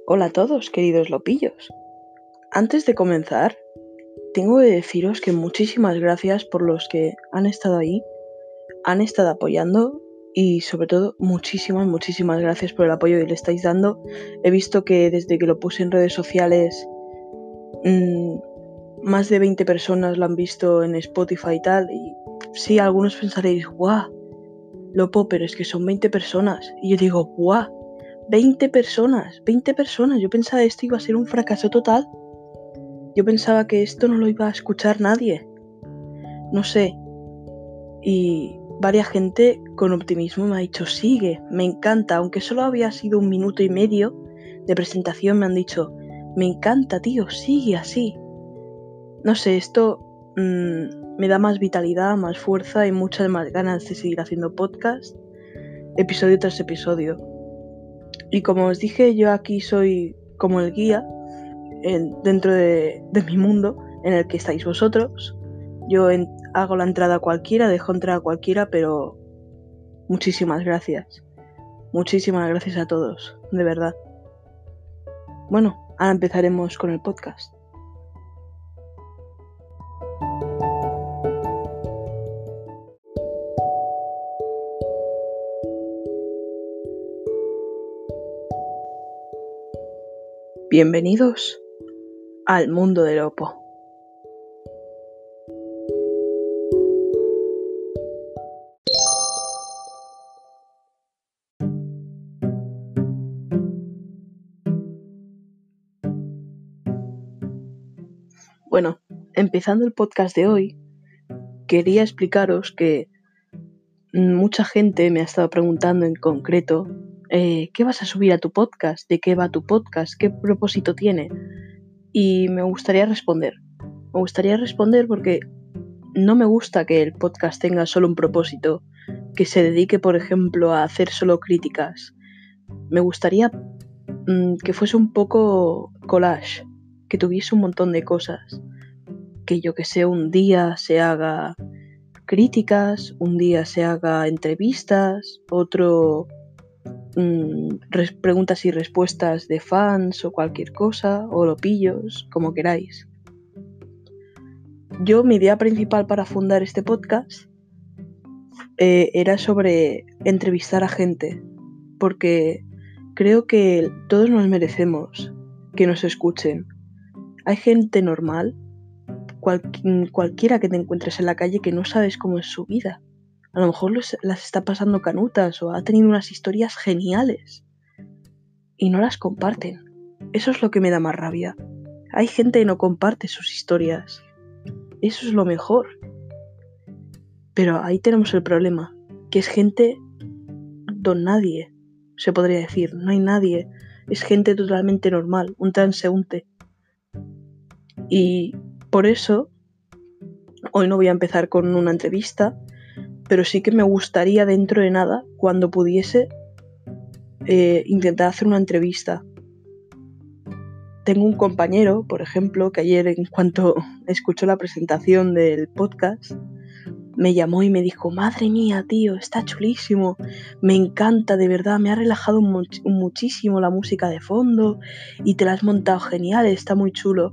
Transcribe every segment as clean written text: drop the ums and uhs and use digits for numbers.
Hola a todos, queridos lopillos. Antes de comenzar, tengo que deciros que muchísimas gracias por los que han estado ahí, han estado apoyando y sobre todo muchísimas gracias por el apoyo que le estáis dando. He visto que desde que lo puse en redes sociales, más de 20 personas lo han visto en Spotify y tal. Y sí, algunos pensaréis, ¡guau! Lopo, pero es que son 20 personas. Y yo digo, ¡guau! 20 personas. Yo pensaba que esto iba a ser un fracaso total. Yo pensaba que esto no lo iba a escuchar nadie. No sé. Y varias gente con optimismo me ha dicho, sigue, me encanta. Aunque solo había sido 1 minuto y medio de presentación, me han dicho, me encanta, tío, sigue así. No sé, esto me da más vitalidad, más fuerza y muchas más ganas de seguir haciendo podcast, episodio tras episodio. Y como os dije, yo aquí soy como el guía dentro de mi mundo en el que estáis vosotros. Yo hago la entrada a cualquiera, dejo entrar a cualquiera, pero muchísimas gracias. Muchísimas gracias a todos, de verdad. Bueno, ahora empezaremos con el podcast. Bienvenidos al mundo del Lopo. Bueno, empezando el podcast de hoy, quería explicaros que mucha gente me ha estado preguntando en concreto ¿qué vas a subir a tu podcast? ¿De qué va tu podcast? ¿Qué propósito tiene? Y me gustaría responder. Me gustaría responder porque no me gusta que el podcast tenga solo un propósito, que se dedique, por ejemplo, a hacer solo críticas. Me gustaría que fuese un poco collage, que tuviese un montón de cosas. Que yo que sé, un día se haga críticas, un día se haga entrevistas, otro preguntas y respuestas de fans o cualquier cosa, o lopillos, como queráis. Mi idea principal para fundar este podcast era sobre entrevistar a gente, porque creo que todos nos merecemos que nos escuchen. Hay gente normal, cualquiera que te encuentres en la calle, que no sabes cómo es su vida. A lo mejor las está pasando canutas o ha tenido unas historias geniales y no las comparten. Eso es lo que me da más rabia. Hay gente que no comparte sus historias. Eso es lo mejor. Pero ahí tenemos el problema, que es gente don nadie, se podría decir. No hay nadie. Es gente totalmente normal, un transeúnte. Y por eso, hoy no voy a empezar con una entrevista, pero sí que me gustaría dentro de nada, cuando pudiese, intentar hacer una entrevista. Tengo un compañero, por ejemplo, que ayer, en cuanto escuchó la presentación del podcast, me llamó y me dijo, madre mía, tío, está chulísimo, me encanta, de verdad, me ha relajado muchísimo la música de fondo y te la has montado genial, está muy chulo.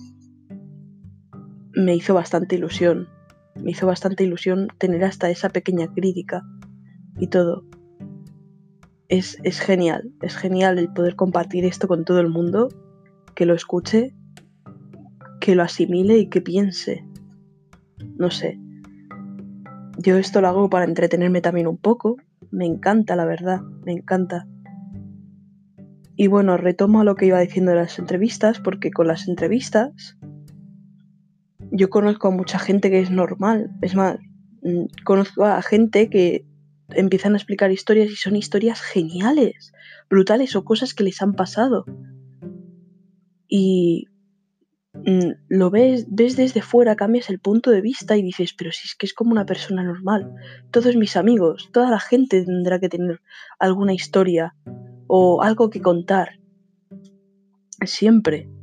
Me hizo bastante ilusión tener hasta esa pequeña crítica y todo. Es genial el poder compartir esto con todo el mundo, que lo escuche, que lo asimile y que piense. No sé. Yo esto lo hago para entretenerme también un poco. Me encanta, la verdad, me encanta. Y bueno, retomo a lo que iba diciendo de las entrevistas, porque con las entrevistas yo conozco a mucha gente que es normal. Es más, conozco a gente que empiezan a explicar historias y son historias geniales, brutales o cosas que les han pasado. Y lo ves desde fuera, cambias el punto de vista y dices, pero si es que es como una persona normal. Todos mis amigos, toda la gente tendrá que tener alguna historia o algo que contar. Siempre.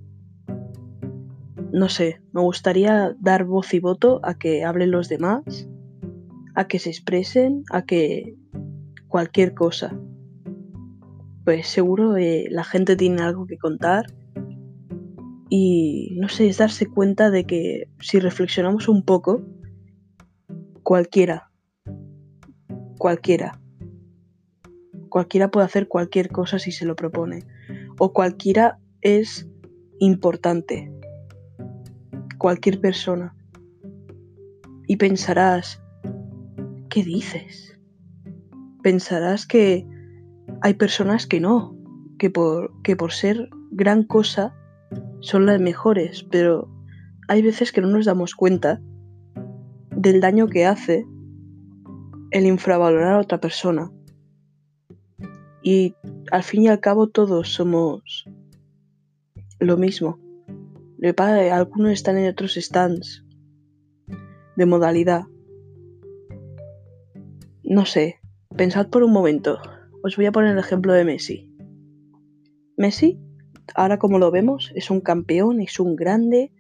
No sé, me gustaría dar voz y voto a que hablen los demás, a que se expresen, a que cualquier cosa. pues seguro la gente tiene algo que contar. Y no sé, es darse cuenta de que si reflexionamos un poco, cualquiera puede hacer cualquier cosa si se lo propone. O cualquiera es importante. Cualquier persona. Y pensarás, ¿qué dices? Pensarás que hay personas que no, que por ser gran cosa son las mejores, pero hay veces que no nos damos cuenta del daño que hace el infravalorar a otra persona. Y al fin y al cabo todos somos lo mismo. Algunos están en otros stands de modalidad. No sé, pensad por un momento. Os voy a poner el ejemplo de Messi. Messi, ahora como lo vemos, es un campeón, es un grande,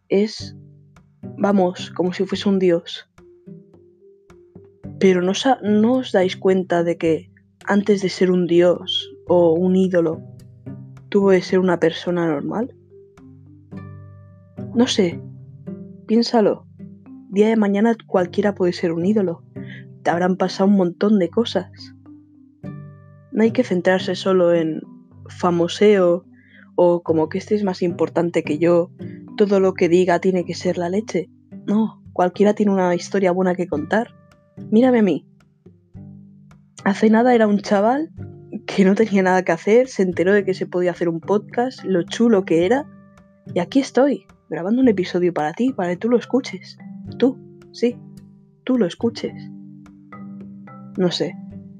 vamos, como si fuese un dios. Pero no os dais cuenta de que antes de ser un dios o un ídolo, tuvo que ser una persona normal. No sé, piénsalo. Día de mañana cualquiera puede ser un ídolo. Te habrán pasado un montón de cosas. No hay que centrarse solo en famoseo o como que este es más importante que yo, todo lo que diga tiene que ser la leche. No, cualquiera tiene una historia buena que contar. Mírame a mí. Hace nada era un chaval que no tenía nada que hacer, se enteró de que se podía hacer un podcast, lo chulo que era, y aquí estoy, grabando un episodio para ti, para que tú lo escuches. Tú, sí, tú lo escuches. No sé.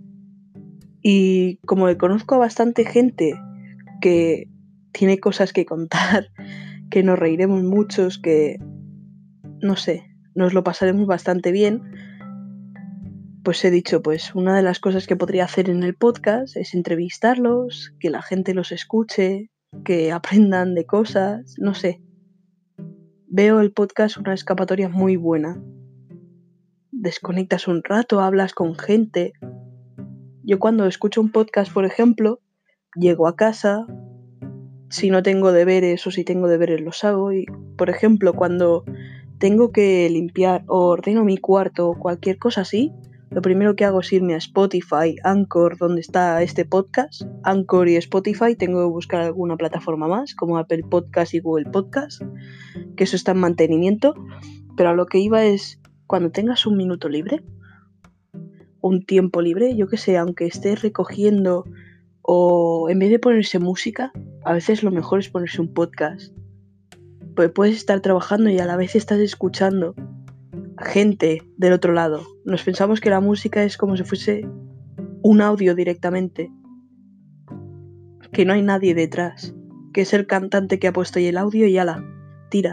Y como conozco a bastante gente que tiene cosas que contar, que nos reiremos muchos, que, no sé, nos lo pasaremos bastante bien, pues he dicho, pues una de las cosas que podría hacer en el podcast es entrevistarlos, que la gente los escuche, que aprendan de cosas, no sé. Veo el podcast una escapatoria muy buena. Desconectas un rato, hablas con gente. Yo cuando escucho un podcast, por ejemplo, llego a casa, si no tengo deberes o si tengo deberes los hago y, por ejemplo, cuando tengo que limpiar o ordeno mi cuarto o cualquier cosa así, lo primero que hago es irme a Spotify, Anchor, donde está este podcast. Anchor y Spotify, tengo que buscar alguna plataforma más, como Apple Podcast y Google Podcast, que eso está en mantenimiento. Pero a lo que iba es, cuando tengas un minuto libre, un tiempo libre, yo que sé, aunque estés recogiendo o en vez de ponerse música, a veces lo mejor es ponerse un podcast. Pues puedes estar trabajando y a la vez estás escuchando gente del otro lado. Nos pensamos que la música es como si fuese un audio directamente, que no hay nadie detrás, que es el cantante que ha puesto ahí el audio y ala, tira.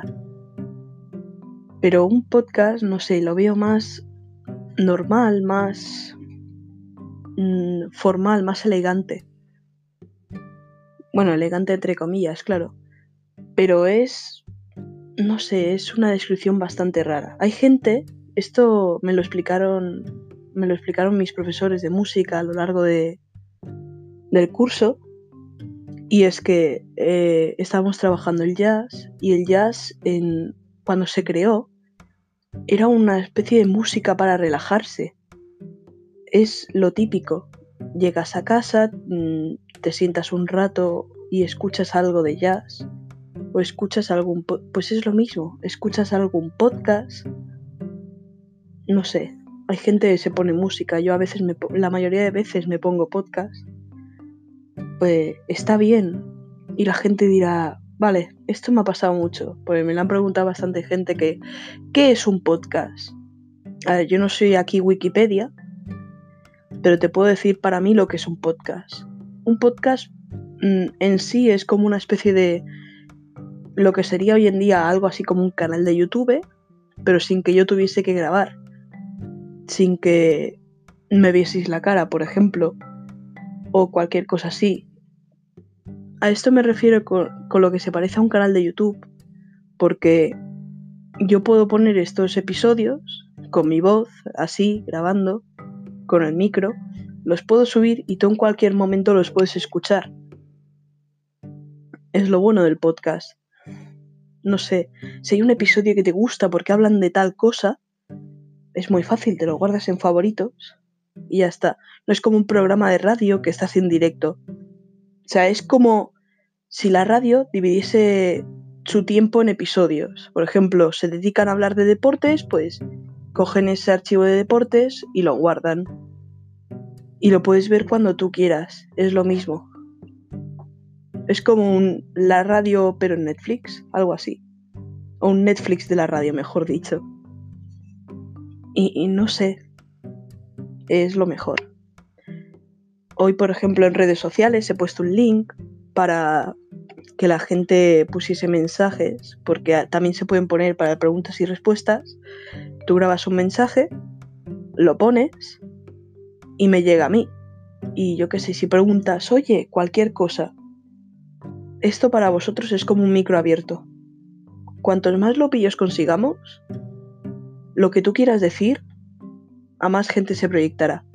Pero un podcast, no sé, lo veo más normal, más formal, más elegante. Bueno, elegante entre comillas, claro. Pero no sé, es una descripción bastante rara. Hay gente, esto me lo explicaron mis profesores de música a lo largo del curso, y es que estábamos trabajando el jazz, y el jazz cuando se creó era una especie de música para relajarse. Es lo típico. Llegas a casa, te sientas un rato y escuchas algo de jazz. O escuchas pues es lo mismo, escuchas algún podcast, no sé, hay gente que se pone música, yo a veces la mayoría de veces me pongo podcast, pues está bien, y la gente dirá, vale, esto me ha pasado mucho, porque me lo han preguntado bastante gente ¿qué es un podcast? A ver, yo no soy aquí Wikipedia, pero te puedo decir para mí lo que es un podcast. Un podcast en sí es como una especie de lo que sería hoy en día algo así como un canal de YouTube, pero sin que yo tuviese que grabar, sin que me vieseis la cara, por ejemplo, o cualquier cosa así. A esto me refiero con lo que se parece a un canal de YouTube, porque yo puedo poner estos episodios con mi voz, así, grabando, con el micro, Los puedo subir y tú en cualquier momento los puedes escuchar. Es lo bueno del podcast. No sé, si hay un episodio que te gusta porque hablan de tal cosa, es muy fácil, te lo guardas en favoritos y ya está. No es como un programa de radio que estás en directo. O sea, es como si la radio dividiese su tiempo en episodios. Por ejemplo, se dedican a hablar de deportes, pues cogen ese archivo de deportes y lo guardan. Y lo puedes ver cuando tú quieras, es lo mismo. Es como la radio pero en Netflix, algo así. O un Netflix de la radio, mejor dicho. Y no sé, es lo mejor. Hoy, por ejemplo, en redes sociales he puesto un link para que la gente pusiese mensajes, porque también se pueden poner para preguntas y respuestas. Tú grabas un mensaje, lo pones y me llega a mí. Y yo qué sé, si preguntas, oye, cualquier cosa, esto para vosotros es como un micro abierto. Cuantos más lopillos consigamos, lo que tú quieras decir, a más gente se proyectará.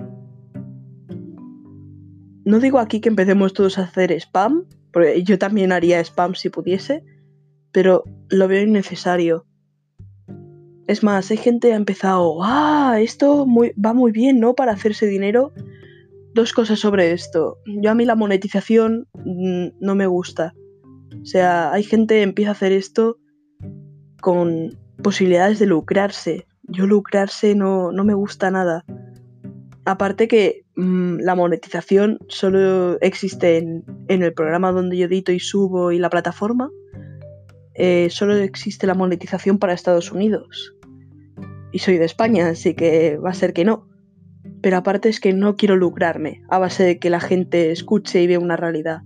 No digo aquí que empecemos todos a hacer spam, porque yo también haría spam si pudiese, pero lo veo innecesario. Es más, hay gente que ha empezado, esto va muy bien, ¿no? Para hacerse dinero. Dos cosas sobre esto. Yo a mí la monetización no me gusta. O sea, hay gente que empieza a hacer esto con posibilidades de lucrarse. Yo lucrarse no me gusta nada. Aparte que la monetización solo existe en el programa donde yo edito y subo y la plataforma. Solo existe la monetización para Estados Unidos. Y soy de España, así que va a ser que no. Pero aparte es que no quiero lucrarme a base de que la gente escuche y vea una realidad.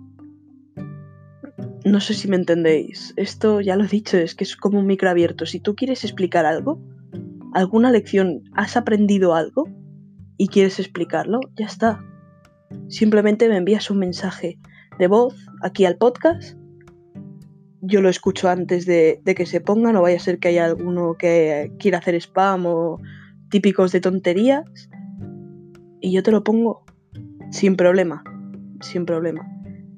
No sé si me entendéis. Esto ya lo he dicho, es que es como un micro abierto. Si tú quieres explicar algo, alguna lección, has aprendido algo y quieres explicarlo, ya está. Simplemente me envías un mensaje de voz aquí al podcast. Yo lo escucho antes de que se ponga, no vaya a ser que haya alguno que quiera hacer spam o típicos de tonterías. Y yo te lo pongo sin problema, sin problema.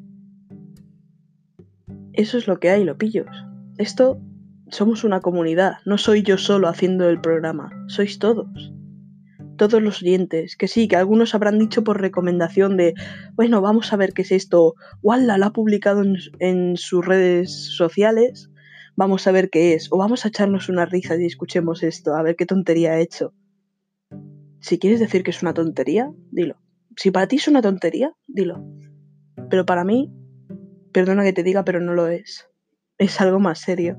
Eso es lo que hay, lopillos. Esto somos una comunidad, no soy yo solo haciendo el programa, sois todos. Todos los oyentes, que sí, que algunos habrán dicho por recomendación de, bueno, vamos a ver qué es esto, Walla lo ha publicado en sus redes sociales, vamos a ver qué es, o vamos a echarnos unas risas y escuchemos esto, a ver qué tontería ha hecho. Si quieres decir que es una tontería, dilo. Si para ti es una tontería, dilo. Pero para mí, perdona que te diga, pero no lo es. Es algo más serio.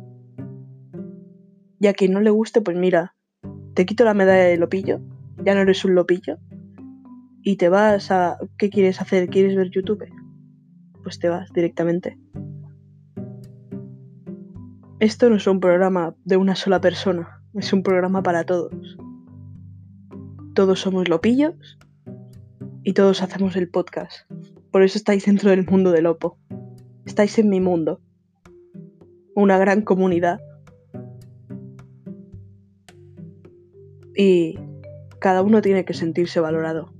Y a quien no le guste, pues mira, te quito la medalla de lopillo, ya no eres un lopillo, y te vas a... ¿Qué quieres hacer? ¿Quieres ver YouTube? Pues te vas directamente. Esto no es un programa de una sola persona, es un programa para todos. Todos somos lopillos y todos hacemos el podcast. Por eso estáis dentro del mundo de Lopo. Estáis en mi mundo. Una gran comunidad. Y cada uno tiene que sentirse valorado.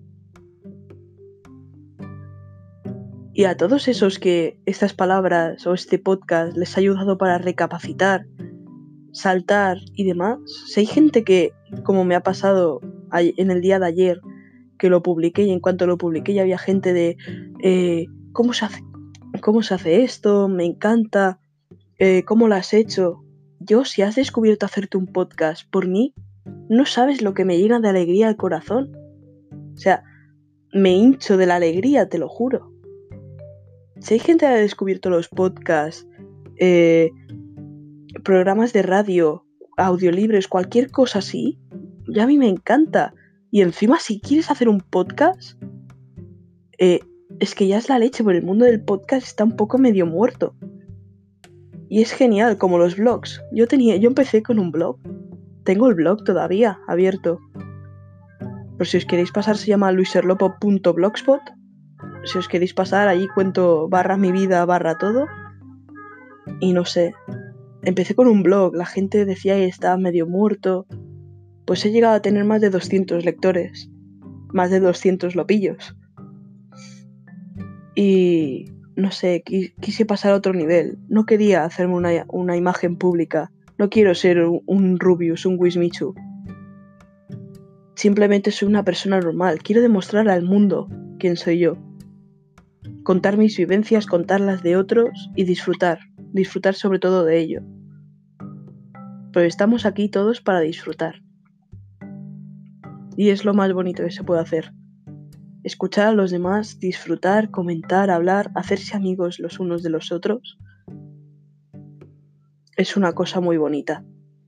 Y a todos esos que estas palabras o este podcast les ha ayudado para recapacitar, saltar y demás, si hay gente que, como me ha pasado en el día de ayer, que lo publiqué y en cuanto lo publiqué ya había gente de ¿cómo se hace esto? Me encanta, ¿cómo lo has hecho? Yo, si has descubierto hacerte un podcast por mí, no sabes lo que me llena de alegría al corazón. O sea, me hincho de la alegría, te lo juro. Si hay gente que ha descubierto los podcasts, programas de radio, audiolibros, cualquier cosa así, ya a mí me encanta. Y encima, si quieres hacer un podcast, es que ya es la leche, porque el mundo del podcast está un poco medio muerto. Y es genial, como los blogs. Yo empecé con un blog. Tengo el blog todavía abierto. Por si os queréis pasar, se llama luiserlopo.blogspot. Si os queréis pasar, allí cuento /mi vida /todo. Y no sé, empecé con un blog, la gente decía que estaba medio muerto. Pues he llegado a tener más de 200 lectores. más de 200 lopillos. Y no sé, quise pasar a otro nivel. No quería hacerme una imagen pública. No quiero ser un Rubius, un Wismichu. Simplemente soy una persona normal. Quiero demostrar al mundo quién soy yo. Contar mis vivencias, contar las de otros y disfrutar. Disfrutar sobre todo de ello. Pero estamos aquí todos para disfrutar. Y es lo más bonito que se puede hacer. Escuchar a los demás, disfrutar, comentar, hablar, hacerse amigos los unos de los otros. Es una cosa muy bonita.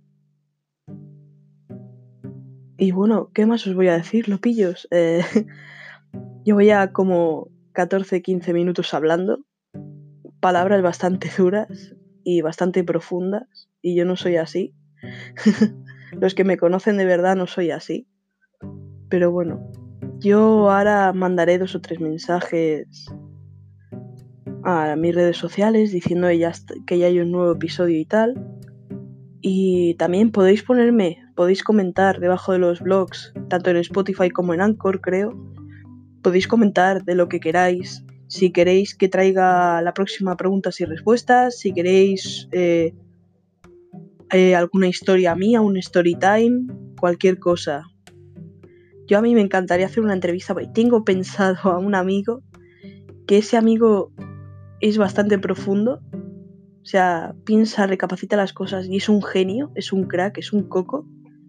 Y bueno, ¿qué más os voy a decir, lopillos? Llevo ya como 14-15 minutos hablando. Palabras bastante duras y bastante profundas. Y yo no soy así. Los que me conocen de verdad no soy así. Pero bueno, yo ahora mandaré 2 o 3 mensajes a mis redes sociales diciendo que ya hay un nuevo episodio y tal. Y también podéis comentar debajo de los blogs, tanto en Spotify como en Anchor, creo. Podéis comentar de lo que queráis. Si queréis que traiga la próxima preguntas y respuestas, si queréis alguna historia mía, un story time, cualquier cosa. A mí me encantaría hacer una entrevista, porque tengo pensado a un amigo, que ese amigo es bastante profundo. O sea, piensa, recapacita las cosas y es un genio, es un crack, es un coco.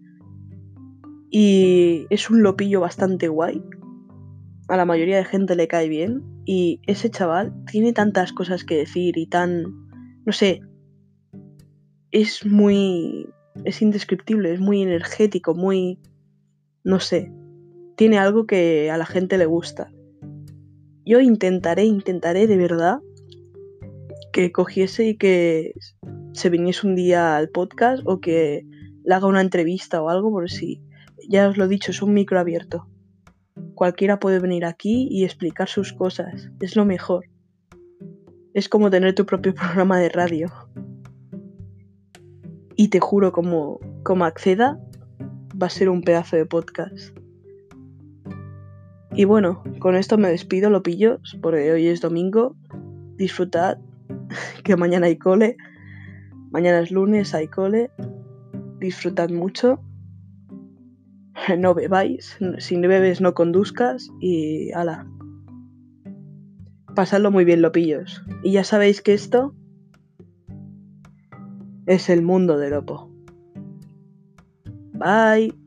Y es un lopillo bastante guay. A la mayoría de gente le cae bien. Y ese chaval tiene tantas cosas que decir y tan... No sé. Es indescriptible, es muy energético, muy... No sé. Tiene algo que a la gente le gusta. Yo intentaré de verdad que cogiese y que se viniese un día al podcast o que le haga una entrevista o algo, por si, ya os lo he dicho, es un micro abierto. Cualquiera puede venir aquí y explicar sus cosas, es lo mejor. Es como tener tu propio programa de radio. Y te juro, como acceda, va a ser un pedazo de podcast. Y bueno, con esto me despido, lopillos, porque hoy es domingo. Disfrutad, que mañana hay cole. Mañana es lunes, hay cole. Disfrutad mucho. No bebáis. Si bebes, no conduzcas. Y ala. Pasadlo muy bien, lopillos. Y ya sabéis que esto es el mundo de Lopo. Bye.